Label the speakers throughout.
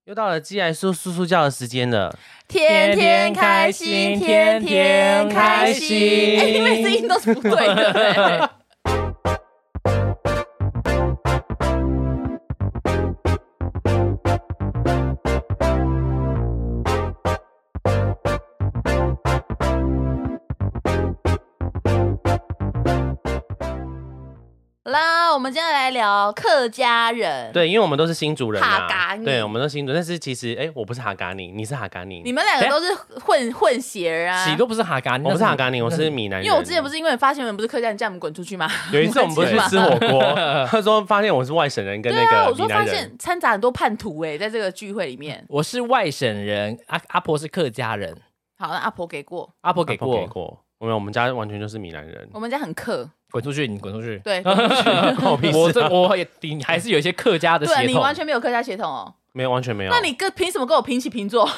Speaker 1: 又到了鸡来素素素叫的时间了，
Speaker 2: 天天开心，天天开心。你每次音都是不对的。好啦，我们今天来聊客家人。
Speaker 1: 对，因为我们都是新竹人
Speaker 2: 哈嘎尼
Speaker 1: 对，我们都新竹，但是其实，我不是哈嘎尼，你是哈嘎尼，
Speaker 2: 你们两个都是混血儿啊。
Speaker 3: 喜都不是哈嘎尼，
Speaker 1: 我不是哈嘎尼，我是闽南人。
Speaker 2: 因为我之前不是因为发现你们不是客家人，叫你们滚出去吗？
Speaker 1: 有一次我们不是去吃火锅，他说发现我是外省人跟那
Speaker 2: 对啊，
Speaker 1: 个
Speaker 2: 我说
Speaker 1: 闽南人。
Speaker 2: 发现掺杂很多叛徒在这个聚会里面。
Speaker 3: 我是外省人，阿婆是客家人。
Speaker 2: 好，那阿婆给过，
Speaker 3: 阿婆给过，
Speaker 1: 给过。我们家完全就是闽南人。
Speaker 2: 我们家很客。
Speaker 3: 滚出去，你滚出去。
Speaker 2: 对，滚出去。
Speaker 3: 我也你还是有一些客家的血统。
Speaker 2: 对，你完全没有客家血统哦。
Speaker 1: 没有，完全没有。
Speaker 2: 那你凭什么跟我平起平坐？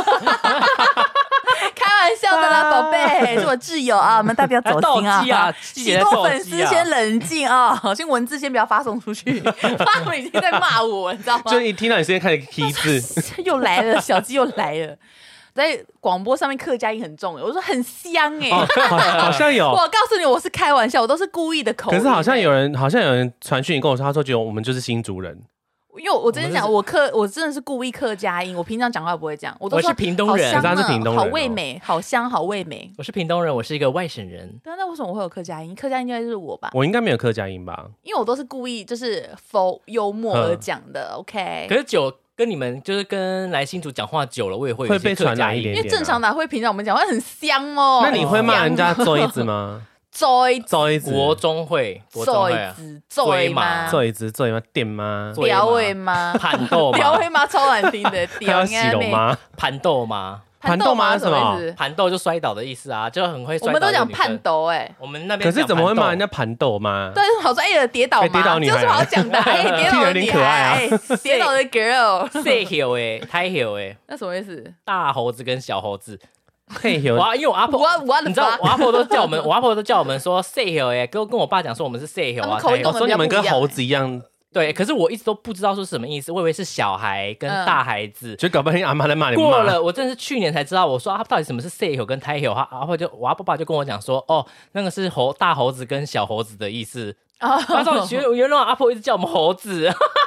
Speaker 2: 开玩笑的啦，宝贝，是我挚友啊，我们代表走心啊。许多粉丝先冷静啊，先文字先不要发送出去，他们已经在骂我，你知道吗？
Speaker 1: 就一听到你声音开始 key 字，
Speaker 2: 又来了，小鸡又来了。在广播上面客家音很重，我说很香
Speaker 1: 好像有。
Speaker 2: 我告诉你，我是开玩笑，我都是故意的口音。
Speaker 1: 可是好像有人传讯跟我说，他说觉得我们就是新竹人。
Speaker 2: 因为我真的讲，我真的是故意客家音，我平常讲话不会这样。我
Speaker 3: 是屏东人，
Speaker 1: 他是屏东人，
Speaker 2: 好味美，好香，好味美。
Speaker 3: 我是屏东人，我是一个外省人。
Speaker 2: 对啊，那为什么我会有客家音？客家音应该就是我吧？
Speaker 1: 我应该没有客家音吧？
Speaker 2: 因为我都是故意就是否幽默而讲的。OK。
Speaker 3: 可是跟你们就是跟来新竹讲话久了，我也会
Speaker 1: 被传染一点，
Speaker 2: 因为正常哪会平常我们讲话很香哦。
Speaker 1: 那你会骂人家做一子吗？
Speaker 2: 做
Speaker 1: 一子，
Speaker 3: 国中会，
Speaker 2: 做一子，做
Speaker 3: 嘛，
Speaker 1: 做一子，电吗？
Speaker 2: 撩尾吗？
Speaker 3: 盘豆吗？
Speaker 2: 撩尾吗？超难听的。
Speaker 1: 要洗楼吗？
Speaker 3: 盘豆吗？
Speaker 1: 盘豆吗？
Speaker 2: 什么意思？
Speaker 3: 盘豆就摔倒的意思啊，就很会摔倒。
Speaker 2: 我们都讲盘豆
Speaker 3: 我们那边
Speaker 1: 可是怎么会骂人家盘豆吗？
Speaker 2: 对，好说跌倒嘛，
Speaker 1: 跌倒女孩，
Speaker 2: 这有什么好讲的？跌倒的女孩，跌倒的 girl，
Speaker 3: 细小太小
Speaker 2: 那什么意思？
Speaker 3: 大猴子跟小猴子。
Speaker 1: 因为
Speaker 3: 我阿婆，你知道我阿婆都叫我们，说细小跟我爸讲说我们是细小啊，
Speaker 1: 我说你们跟猴子一样。
Speaker 3: 对，可是我一直都不知道是什么意思，我以为是小孩跟大孩子，
Speaker 1: 就搞半天阿妈在骂你。
Speaker 3: 过了，我真的是去年才知道，我说到底什么是细小跟太小，我阿爸就跟我讲说，哦，那个是大猴子跟小猴子的意思。他说原来阿婆一直叫我们猴子。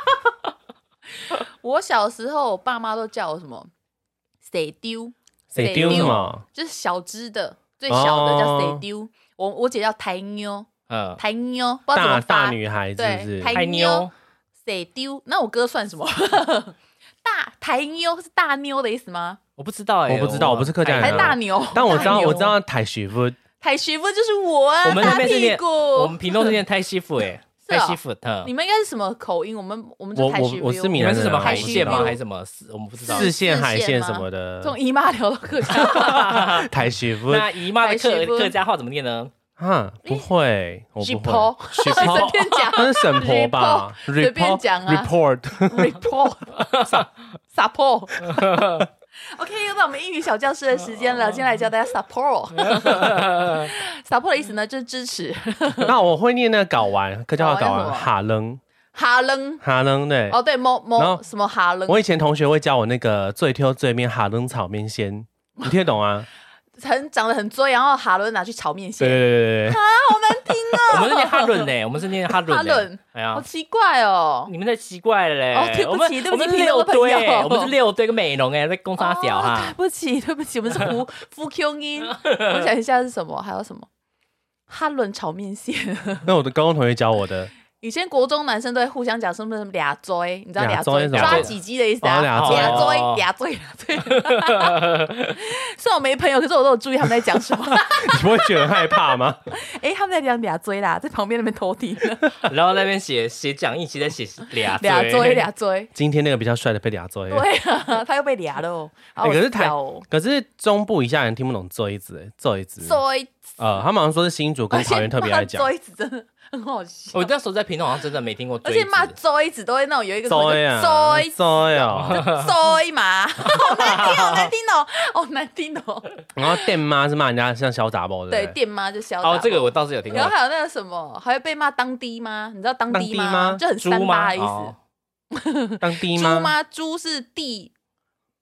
Speaker 2: 我小时候，我爸妈都叫我什么？谁丢？
Speaker 1: 谁丢什么？
Speaker 2: 就是小只的，最小的叫谁丢。我姐叫台妞。台妞，不知道怎么发，
Speaker 1: 大女孩是不是？
Speaker 2: 台妞，谁丢？那我哥算什么？台妞是大妞的意思吗？
Speaker 3: 我不知道
Speaker 1: 我不知道，我不是客家人，
Speaker 2: 还是大牛？
Speaker 1: 但我知道台媳妇，
Speaker 2: 台媳妇就是我啊。
Speaker 3: 我们那边是念，我们屏东是念太媳妇太媳妇。
Speaker 2: 你们应该是什么口音？我们就台媳妇。
Speaker 1: 我是闽南人，
Speaker 3: 是什么海鲜吗？还是什么？我们不知道。
Speaker 1: 四线海鲜什么的。
Speaker 2: 从姨妈聊到客家话。
Speaker 1: 台媳妇。
Speaker 3: 那姨妈的客家话怎么念呢？
Speaker 1: 不会，我不会。
Speaker 2: 随便讲，
Speaker 1: 那是沈婆吧？
Speaker 2: 随便讲啊。
Speaker 1: report，
Speaker 2: support。OK， 又到我们英语小教室的时间了，今天来教大家 support。support 的意思呢，就是支持。
Speaker 1: 那我会念那个睾丸，客家话睾丸，哈楞，对。
Speaker 2: 哦，对，什么哈楞？
Speaker 1: 我以前同学会教我那个最挑最面哈楞炒面线，你听得懂啊？
Speaker 2: 长得很追，然后哈伦拿去炒面线。
Speaker 1: 对。
Speaker 2: 啊，好难听啊！
Speaker 3: 我们是念哈伦呢，我们是念哈伦。
Speaker 2: 哎呀，好奇怪哦！
Speaker 3: 你们太奇怪了嘞！
Speaker 2: 哦，对不起，
Speaker 3: 我们是六堆，我们是六堆个美容在公沙小哈。
Speaker 2: 对不起，我们是福 Q 音。我想一下是什么，还有什么？哈伦炒面线。
Speaker 1: 那我的高中同学教我的。
Speaker 2: 以前国中男生都会互相讲什么俩追，你知道俩追抓几鸡的意思啊？俩追。虽然我没朋友，可是我都有注意他们在讲什么。
Speaker 1: 你不会觉得害怕吗？
Speaker 2: 他们在讲俩追啦，在旁边那边偷听。
Speaker 3: 然后那边写讲义，其实在写俩
Speaker 2: 追。
Speaker 1: 今天那个比较帅的被俩追。
Speaker 2: 对啊，他又被俩了哦。可
Speaker 1: 是中部以下人听不懂追子，他们好像说是新竹跟桃园特别爱讲。
Speaker 2: 追子真的。很好笑。
Speaker 3: 我那时候在屏东好像真的没听过追子，
Speaker 2: 而且骂追子都会那种有一个
Speaker 1: 追
Speaker 2: 嘛，好难听哦。
Speaker 1: 然后电妈是骂人家像小杂包的，
Speaker 2: 对，电妈就小杂包。
Speaker 3: 这个我倒是有听过。
Speaker 2: 然后还有那个什么，还会被骂当低吗？你知道当低吗？就很三八的意思。
Speaker 1: 当低吗？
Speaker 2: 猪吗？猪是地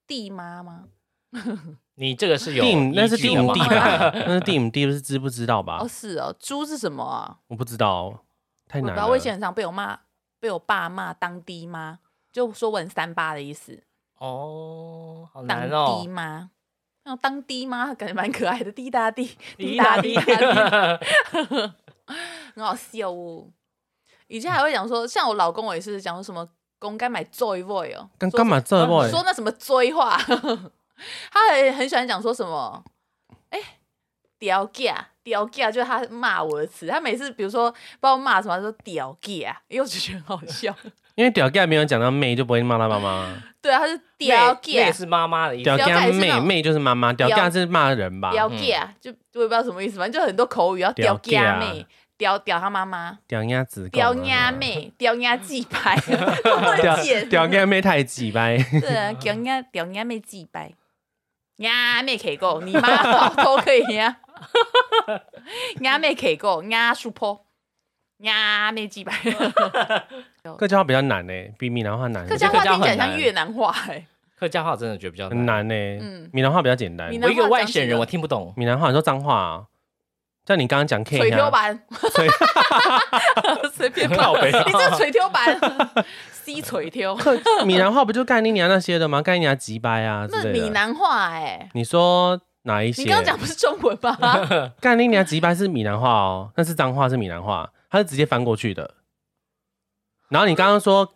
Speaker 2: 地妈吗？
Speaker 3: 你这个是有
Speaker 1: 那是地母地吧？那是地母地，是知不知道吧？
Speaker 2: 哦，是哦，猪是什么啊？
Speaker 1: 我不知道，太难了。
Speaker 2: 我以前很常被我爸骂当地妈，就说我很3八的意思。
Speaker 3: 哦，好难哦。
Speaker 2: 当地妈，那当地妈感觉蛮可爱的，滴答滴，
Speaker 3: 滴答滴，
Speaker 2: 很好笑哦。以前还会讲说，像我老公，我也是讲说什么公该买追味哦，
Speaker 1: 干嘛追味？
Speaker 2: 说那什么追话，他很喜欢讲说什么，屌架，就是他骂我的词。他每次比如说不知道骂什么，他说屌架，因为我就觉得很好笑。
Speaker 1: 因为屌架没有讲到妹，就不会骂他妈妈。
Speaker 2: 对啊，他是屌架，
Speaker 3: 妹是妈妈的意思。
Speaker 1: 屌架妹就是妈妈，屌架是骂人吧？
Speaker 2: 屌架就我也不知道什么意思，反正就很多口语，要屌架妹。屌他妈妈，
Speaker 1: 屌鸭子，
Speaker 2: 屌鸭妹，屌鸭鸡掰，
Speaker 1: 屌鸭妹太鸡掰。
Speaker 2: 对啊，屌鸭妹鸡掰，鸭妹可以够，你妈都可以呀。鸭妹可以够，鸭super，鸭妹鸡掰。
Speaker 1: 客家话比较难比闽南话难。
Speaker 2: 客家话听起来像越南话
Speaker 3: 客家话真的觉得比较
Speaker 1: 难闽南话比较简单。
Speaker 3: 我一个外省人，我听不懂
Speaker 1: 闽南话。你说脏话啊？像你刚刚讲 K
Speaker 2: 水挑板，随便报你这水挑板 ，C 水挑。
Speaker 1: 闽南话不就干你娘那些的吗？干你娘鸡掰啊之类的。
Speaker 2: 那闽南话
Speaker 1: 你说哪一些？
Speaker 2: 你刚刚讲不是中文吗？
Speaker 1: 干你娘鸡掰是闽南话哦，那是脏话是闽南话，它是直接翻过去的。然后你刚刚说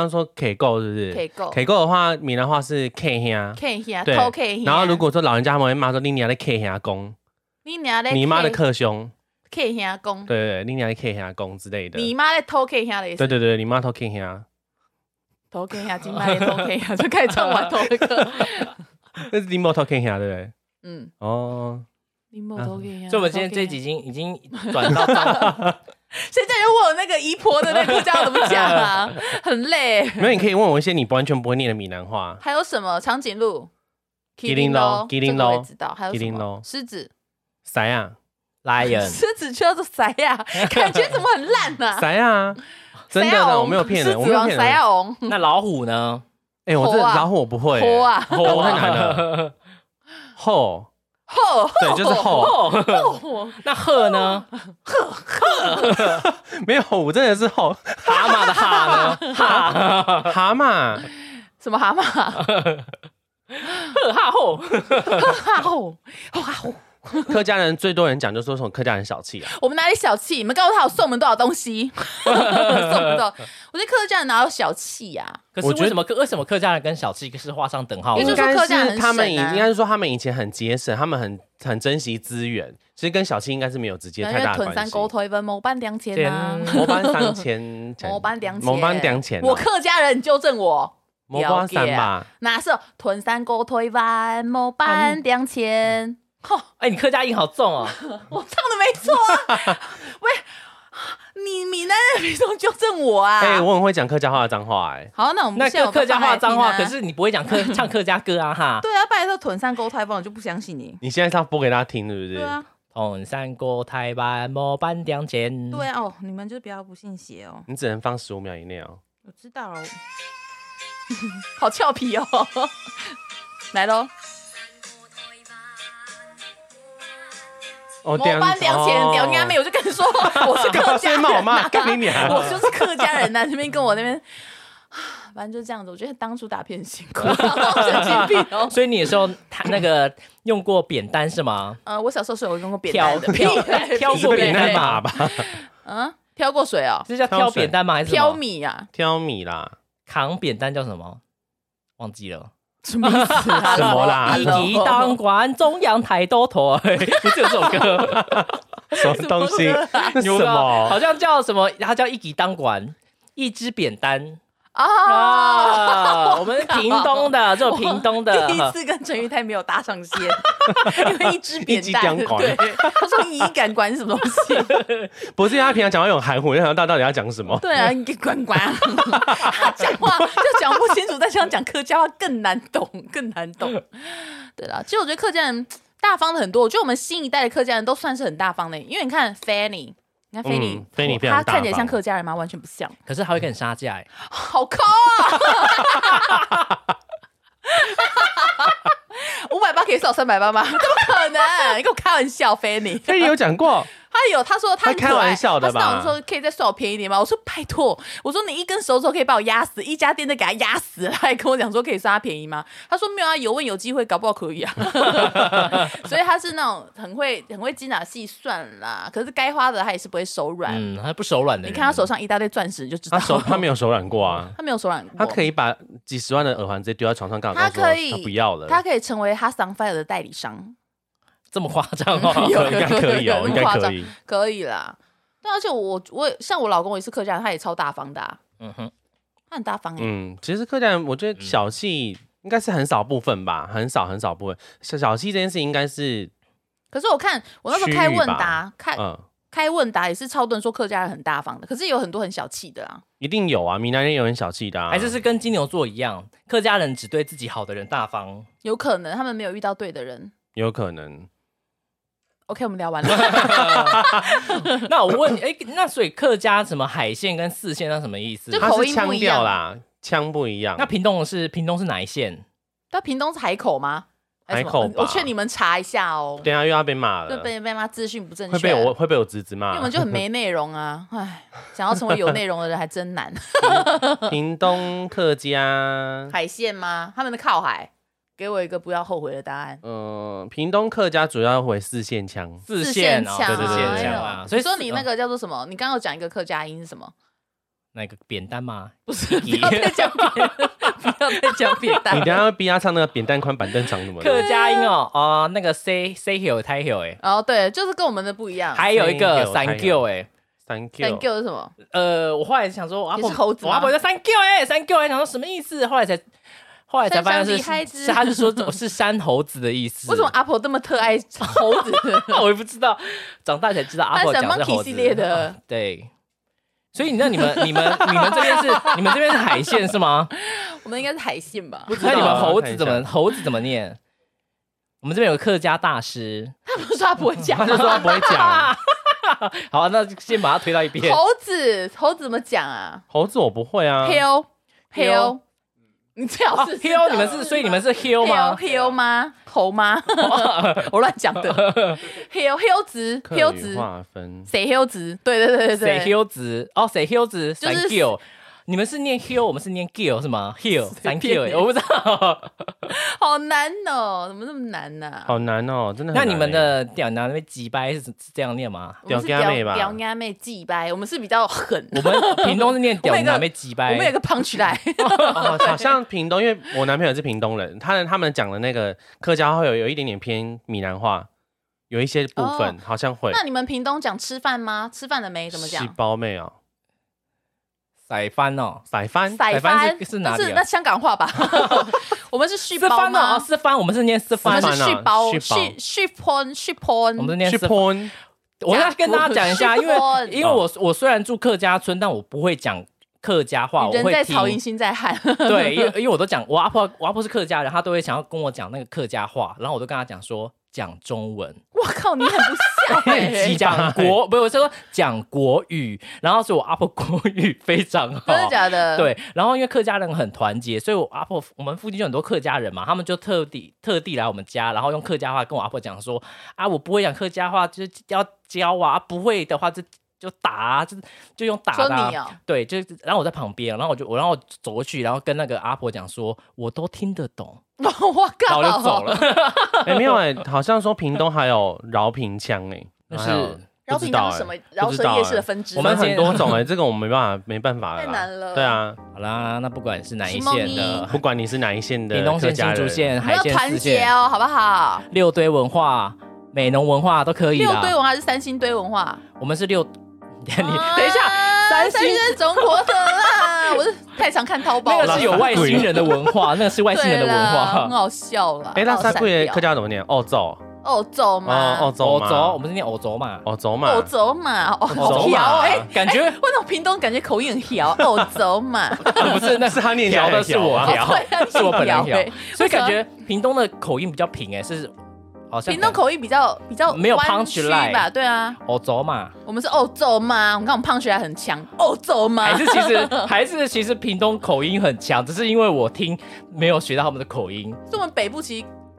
Speaker 1: K 够是不是
Speaker 2: ？K
Speaker 1: 够的话，闽南话是 K 兄。
Speaker 2: K 兄，
Speaker 1: 对。
Speaker 2: 偷 K 兄。
Speaker 1: 然后如果说老人家他们会骂说你娘的 K 兄公。你妈的克兄
Speaker 2: ，K 兄公，
Speaker 1: 对，你娘的 K 兄公之类的。
Speaker 2: 你妈在偷 K 兄的意思。
Speaker 1: 对，你妈偷 K 兄，
Speaker 2: 偷 K 兄，今麦偷 K 兄，就开始唱完头的歌。
Speaker 1: 那是你没偷 K 兄，对不对？
Speaker 2: 哦，你没偷 K 兄。
Speaker 3: 所以我们今天这一集已经转到脏话。
Speaker 2: 现在如果有那个姨婆的那个叫怎么讲啊？很累。
Speaker 1: 没有，你可以问我一些你完全不会念的闽南话。
Speaker 2: 还有什么？长颈鹿。
Speaker 1: 麒麟咯，
Speaker 2: 这个我也知道，还有什么？狮子，
Speaker 1: 谁啊
Speaker 3: ？Lion，
Speaker 2: 狮子叫做谁呀？感觉怎么很烂呢？
Speaker 1: 谁啊？真的，我没有骗人，我没有骗人。
Speaker 3: 那老虎呢？
Speaker 1: 我这老虎我不会。
Speaker 2: 吼啊！
Speaker 1: 我太难了。吼，对，就是吼。
Speaker 3: 那鹤呢？
Speaker 1: 鹤，没有，我真的是吼。
Speaker 3: 蛤蟆的蛤呢？
Speaker 1: 蛤蟆，
Speaker 2: 什么蛤蟆？
Speaker 3: 呵哈吼，
Speaker 2: 呵哈吼，呵哈吼。
Speaker 1: 客家人最多人讲就说什么客家人小气啊？
Speaker 2: 我们哪里小气？你们告诉他我送我们多少东西？送不到。我觉得客家人哪有小气呀？
Speaker 3: 可是为什么客家人跟小气是画上等号？
Speaker 1: 应该是他们应该是说他们以前很节省，他们很珍惜资源，其实跟小气应该是没有直接太大的关系。
Speaker 2: 屯山沟推分某班两千啊，
Speaker 1: 某班3000，
Speaker 2: 某班两千。我客家人纠正我。
Speaker 1: 某班3吧？
Speaker 2: 哪是屯山沟推翻某班两千？
Speaker 3: 你客家音好重哦！
Speaker 2: 我唱的没错啊！喂，你闽南人凭什么纠正我啊？
Speaker 1: 我很会讲客家话的脏话
Speaker 2: 好，那我们
Speaker 3: 那客家话的脏话，可是你不会讲唱客家歌啊哈？
Speaker 2: 对啊，拜托屯山沟推翻，我就不相信你。
Speaker 1: 你现在是要播给大家听，对不对？
Speaker 2: 对啊。
Speaker 3: 屯山沟推翻某班两千。
Speaker 2: 对啊，你们就不要不信邪哦。
Speaker 1: 你只能放15秒以内哦。
Speaker 2: 我知道了。好俏皮哦！来喽！某班两千屌娘妹，我就跟你说，我是客家人。我就是客家人呐，那边跟我那边，反正就这样子。我觉得当初打片很辛苦，神经病哦。
Speaker 3: 所以你也是那个用过扁担是吗？
Speaker 2: 我小时候是有用过扁担的，
Speaker 3: 挑过扁担
Speaker 1: 吧？
Speaker 2: 挑过水哦？
Speaker 3: 这叫挑扁担吗？还是
Speaker 2: 挑米啊？
Speaker 1: 挑米啦。
Speaker 3: 扛扁担叫什么？忘记了。
Speaker 2: 什么意思？
Speaker 1: 什么啦？
Speaker 3: 一级当官，中央台都头，不是有这首歌？
Speaker 1: 什么东西？什么？
Speaker 3: 好像叫什么？它叫一级当官，一支扁担。我们屏东的，这种屏东的。
Speaker 2: 第一次跟陈玉泰没有搭上线，因为一支扁担。对，他说你感官是什么东西？
Speaker 1: 不是，因为他平常讲话有很含糊，就想到底要讲什么。
Speaker 2: 对啊，你管，他讲话就讲不清楚，再讲客家话更难懂，更难懂。对啦，其实我觉得客家人大方的很多，我觉得我们新一代的客家人都算是很大方的，因为你看 Fanny。你看菲尼他看起来像客家人吗？完全不像。
Speaker 3: 可是他会跟你杀价，
Speaker 2: 好抠啊！ 可以少380吗？怎么可能？你跟我开玩笑，菲尼。
Speaker 1: 菲尼有讲过。
Speaker 2: 他说他很可爱，
Speaker 1: 开玩笑的吧？
Speaker 2: 他说可以再算我便宜一点吗？我说拜托，我说你一根手指头可以把我压死，一家店都给他压死了，他还跟我讲说可以算他便宜吗？他说没有啊，有问有机会，搞不好可以啊。所以他是那种很会精打细算啦，可是该花的他也是不会手软。
Speaker 3: 他不手软的。
Speaker 2: 你看他手上一大堆钻石，就知道
Speaker 1: 他没有手软过啊，
Speaker 2: 他没有手软过，
Speaker 1: 他可以把几10万的耳环直接丢在床上，告诉
Speaker 2: 他可以
Speaker 1: 他不要了，
Speaker 2: 他可以成为他Sunfire的代理商。
Speaker 3: 这么夸张哦？
Speaker 1: 应该可以哦，应该可以，
Speaker 2: 可以啦。但而且我像我老公也是客家人，他也超大方的啊。他很大方哎。
Speaker 1: 其实客家人，我觉得小气应该是很少部分吧，很少部分。小气这件事应该是，
Speaker 2: 可是我看我那时候开问答，开问答也是超多人说客家人很大方的，可是有很多很小气的啦。
Speaker 1: 一定有啊，闽南人有很小气的啊，
Speaker 3: 还是跟金牛座一样，客家人只对自己好的人大方。
Speaker 2: 有可能他们没有遇到对的人，
Speaker 1: 有可能。
Speaker 2: OK， 我们聊完了。
Speaker 3: 那我问，那所以客家什么海线跟四线那什么意思？
Speaker 2: 就口音不一样
Speaker 1: 啦，腔不一样。
Speaker 3: 那屏东是哪一线？
Speaker 2: 那屏东是海口吗？
Speaker 1: 海口吧。
Speaker 2: 我劝你们查一下哦。
Speaker 1: 对啊，又要被骂了。
Speaker 2: 就被骂资讯不正确，
Speaker 1: 会被我侄子骂。
Speaker 2: 因为我们就很没内容啊，哎，想要成为有内容的人还真难。
Speaker 1: 屏东客家
Speaker 2: 海线吗？他们的靠海。给我一个不要后悔的答案。
Speaker 1: 屏东客家主要回四线腔，
Speaker 3: 四线
Speaker 1: 哦，对对对，
Speaker 3: 腔啊。
Speaker 2: 所以说你那个叫做什么？你刚刚有讲一个客家音是什么？
Speaker 3: 那个扁担吗？
Speaker 2: 不是，不要再讲扁担，不要再讲扁担。
Speaker 1: 你等一下会逼他唱那个扁担宽板凳长什么？
Speaker 3: 客家音哦，那个 say hill 太 hill 哎。
Speaker 2: 哦，对，就是跟我们的不一样。
Speaker 3: 还有一个 thank you 哎。
Speaker 1: Thank you
Speaker 2: 是什么？
Speaker 3: 我后来想说，我阿婆
Speaker 2: 我
Speaker 3: 阿婆就 Thank you 哎 ，Thank you 哎，想说什么意思？后来才发现是他就说我是山猴子的意思。
Speaker 2: 为什么阿婆这么特爱猴子？
Speaker 3: 我也不知道，长大才知道阿婆讲是猴子。
Speaker 2: 系列的
Speaker 3: 对，所以那你们这边是海线是吗？
Speaker 2: 我们应该是海线吧？
Speaker 3: 那你们猴子怎么念？我们这边有个客家大师，
Speaker 2: 他不是说他不会讲，
Speaker 1: 他就说他不会讲。
Speaker 3: 好，那先把它推到一边。
Speaker 2: 猴子怎么讲啊？
Speaker 1: 猴子我不会啊。
Speaker 2: hill，你最好是
Speaker 3: hill， 所以你们是 hill 吗
Speaker 2: ？hill 吗？猴吗？我乱讲的。hill 值
Speaker 1: 划分
Speaker 2: 谁 hill 值？对，
Speaker 3: 谁 hill 值？哦，谁 hill 值？就是 hill。你们是念 hill， 我们是念 gill 是吗 ？hill，thank you， 我不知道，
Speaker 2: 好难哦，怎么那么难呢？
Speaker 1: 好难哦，真的。
Speaker 3: 那你们的屌娘那边鸡掰是这样念吗？
Speaker 2: 屌娘妹吧，屌娘妹鸡掰，我们是比较狠。
Speaker 3: 我们屏东是念屌娘妹鸡掰，
Speaker 2: 我们有个 punch line。
Speaker 1: 好像屏东，因为我男朋友是屏东人，他们讲的那个客家话有一点点偏闽南话，有一些部分好像会。
Speaker 2: 那你们屏东讲吃饭吗？吃饭了没？怎么讲？
Speaker 1: 洗包妹哦。
Speaker 3: 塞番哦，
Speaker 1: 塞番
Speaker 3: 是哪里？
Speaker 2: 那香港话吧。我们是续包吗？
Speaker 3: 是番，我们是念是番，
Speaker 2: 我们是续包，续
Speaker 3: 我们是念续
Speaker 1: 番。
Speaker 3: 我要跟大家讲一下，因为我虽然住客家村，但我不会讲客家话。
Speaker 2: 人在曹营心在汉。
Speaker 3: 对，因为我都讲，我阿婆是客家人，她都会想要跟我讲那个客家话，然后我都跟她讲说讲中文。
Speaker 2: 我靠，你很不像欸。
Speaker 3: 讲不是我说讲国语，然后所以我阿婆国语非常好。
Speaker 2: 真的假的？
Speaker 3: 对，然后因为客家人很团结，所以我们附近就很多客家人嘛，他们就特地来我们家，然后用客家话跟我阿婆讲说啊，我不会讲客家话，就是要教啊，不会的话就打啊，就用打的、啊。
Speaker 2: 说你哦，
Speaker 3: 对，然后我在旁边，然后我走过去，然后跟那个阿婆讲说，我都听得懂。
Speaker 2: 我靠，
Speaker 3: 然后就走了。
Speaker 1: 没有好像说屏东还有饶平腔
Speaker 3: 那是
Speaker 2: 饶平腔是什么？饶舌夜市的分支。
Speaker 1: 我们很多种这个我们没办法了，
Speaker 2: 太难了。
Speaker 1: 对啊，
Speaker 3: 好啦，那不管是哪一线的，
Speaker 1: 不管你是哪一线的，
Speaker 3: 屏东县、新竹县、海线、
Speaker 2: 团结哦，好不好？
Speaker 3: 六堆文化、美浓文化都可以啦。
Speaker 2: 六堆文化是三星堆文化，
Speaker 3: 我们是六。你等一下，
Speaker 2: 三星是中国的啦，我是太常看淘宝了。
Speaker 3: 那个是有外星人的文化，那个是外星人的文化，
Speaker 2: 很好笑啦。
Speaker 1: 那三贵客家怎么念？欧洲
Speaker 2: 嘛，
Speaker 3: 欧洲，我们是念欧洲嘛，
Speaker 2: 欧洲嘛，
Speaker 3: 调感觉
Speaker 2: 为什么屏东感觉口音很调？欧洲嘛，
Speaker 3: 不是，那是他念调的，是我调，是我本人调，所以感觉屏东的口音比较平是。
Speaker 2: 屏东口音比较
Speaker 3: 没有 punch line
Speaker 2: 吧？对啊，
Speaker 3: 欧洲嘛，
Speaker 2: 我们是欧洲嘛，我们看我们 punch line 很强，欧洲嘛，
Speaker 3: 还是其实屏东口音很强，只是因为我听没有学到他们的口音。
Speaker 2: 是我们北部其实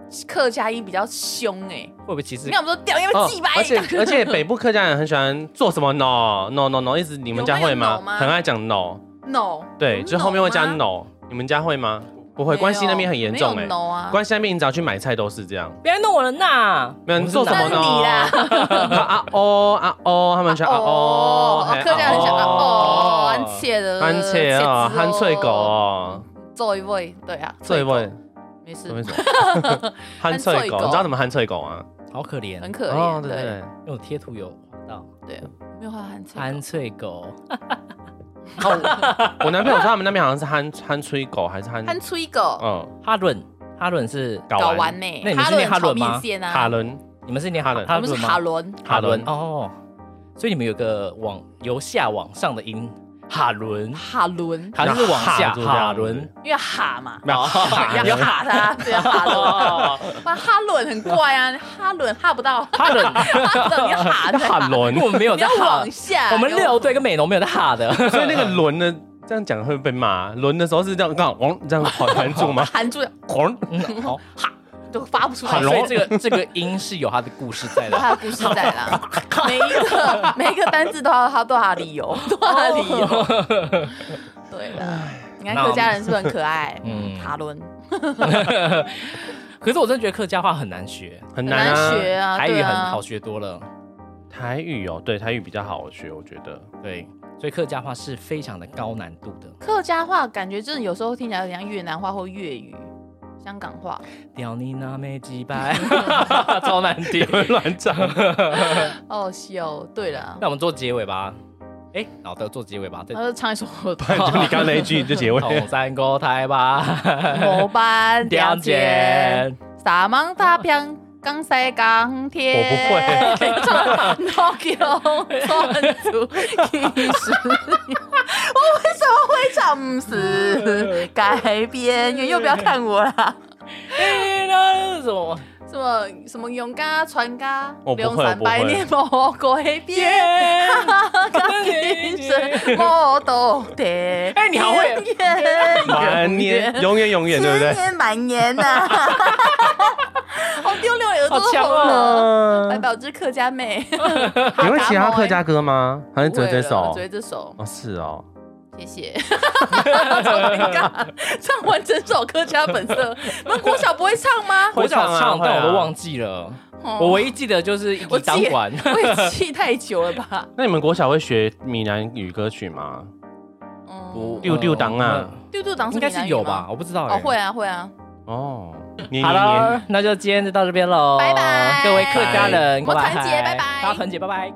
Speaker 2: 客家音比较凶哎，
Speaker 3: 会不会其实
Speaker 2: 你看我们说屌，因为鸡掰，
Speaker 1: 而且北部客家人很喜欢做什么 no， 一直你们家会吗？
Speaker 2: 有没有 no 吗
Speaker 1: 很爱讲 no， 对，就后面会加 no， 你们家会吗？不会，关西那边很严重哎，关西那边你只要去买菜都是这样。
Speaker 3: 别弄我了呐！
Speaker 1: 没有，你做什么呢？
Speaker 2: 你啦，
Speaker 1: 啊哦，他们喜欢啊哦，
Speaker 2: 客家人喜欢啊哦，安切的，
Speaker 1: 安切哦，憨脆狗哦，
Speaker 2: 做一位，对啊，
Speaker 1: 做一位，
Speaker 2: 没事，
Speaker 1: 憨脆狗，你知道怎么憨脆狗吗？
Speaker 3: 好可怜，
Speaker 2: 很可怜，
Speaker 1: 对，
Speaker 3: 因为我贴图有画到，
Speaker 2: 对，没有画
Speaker 3: 憨脆狗。
Speaker 1: 我男朋友说他们那边好像是憨吹狗还是憨
Speaker 2: 吹狗？
Speaker 3: 哈伦是
Speaker 2: 搞完呢。
Speaker 3: 那你们是念哈伦吗？
Speaker 1: 哈伦，
Speaker 3: 你们是念哈伦？
Speaker 2: 我们是哈伦
Speaker 3: 哦，所以你们有个由下往上的音，哈伦是往下，哈伦
Speaker 2: 因为哈嘛，
Speaker 1: 要
Speaker 2: 哈他，对啊，哈伦，哈伦很怪啊，哈伦哈不到，
Speaker 3: 哈伦，
Speaker 2: 你要哈
Speaker 1: 伦，
Speaker 3: 我们没有在哈，
Speaker 2: 往下，
Speaker 3: 我们6队跟美浓没有在哈的，
Speaker 1: 所以那个轮呢，这样讲会被骂，轮的时候是这样，刚好这样含住吗？
Speaker 2: 含住，
Speaker 3: 好
Speaker 2: 哈。都发不出来，
Speaker 3: 所以这个音是有它的故事在的，
Speaker 2: 它的故事在啦。每一个单字都有它理由，对了，你看客家人是不是很可爱？哈伦。
Speaker 3: 可是我真的觉得客家话很难学，
Speaker 1: 很难
Speaker 2: 学啊，
Speaker 3: 台语很好学多了。
Speaker 1: 台语哦，对，台语比较好学，我觉得。
Speaker 3: 对，所以客家话是非常的高难度的。
Speaker 2: 客家话感觉真的有时候听起来有点像越南话或粤语。香港话，
Speaker 3: 屌你那没几百，超难听，
Speaker 1: 乱唱。
Speaker 2: 哦，笑。对了，
Speaker 3: 那我们做结尾吧。老德做结尾吧。
Speaker 2: 那就唱一首，
Speaker 1: 就你刚那一句就結尾。
Speaker 3: 紅山歌台吧，
Speaker 2: 模板雕剪，沙芒大片港西港铁。
Speaker 1: 我不会。
Speaker 2: 诺基亚专注技术。我为什么会唱？不是改编，又不要看我啦。
Speaker 3: 那是
Speaker 2: 什么勇敢传家，
Speaker 1: 我不会
Speaker 2: 200年莫改变，一生莫倒跌。
Speaker 3: 你好会，
Speaker 1: 满年永远，对不对？
Speaker 2: 千年满年呐，好丢脸，耳朵都红了。代表是客家妹。
Speaker 1: 你会其他客家歌吗？还是只会这首？
Speaker 2: 只会这首。
Speaker 1: 哦，是哦。
Speaker 2: 谢谢。唱完整首客家本色，你们国小不会唱吗？
Speaker 3: 国小唱，但我都忘记了。我唯一记得就是一级当管，
Speaker 2: 我也记太久了吧？
Speaker 1: 那你们国小会学闽南语歌曲吗？丢档啊，
Speaker 2: 丢档
Speaker 3: 应该是有吧？我不知道。
Speaker 2: 哦，会啊。
Speaker 1: 哦，
Speaker 3: 好了，那就今天就到这边喽，
Speaker 2: 拜拜，
Speaker 3: 各位客家人，
Speaker 2: 我团结，拜拜，
Speaker 3: 大家团结，拜拜。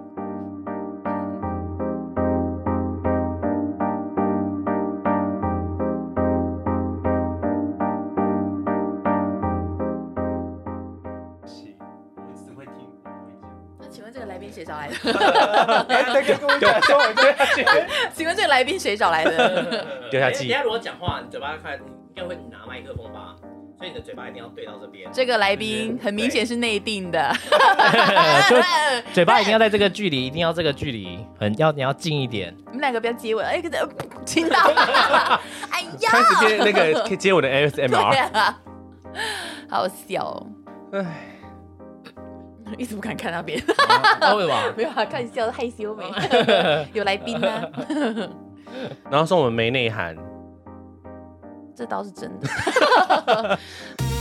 Speaker 3: 谁找来的？跟我讲说，我丢下去。
Speaker 2: 请问这个来宾谁找来的？
Speaker 1: 丢下去。
Speaker 3: 等下如果讲话，你嘴巴快，应该会拿麦克风吧？所以你的嘴巴一定要对到这边。
Speaker 2: 这个来宾很明显是内定的，
Speaker 3: 就嘴巴一定要在这个距离，一定要这个距离，你要近一点。
Speaker 2: 你们两个不要接吻，亲到了，哎呀！
Speaker 1: 开始接那个接我的 ASMR，
Speaker 2: 好笑哦。
Speaker 1: 唉。
Speaker 2: 一直不敢看那边，
Speaker 3: 为什么？
Speaker 2: 没有啊，看笑害羞没？有来宾啊，
Speaker 1: 然后说我们没内涵，
Speaker 2: 这倒是真的。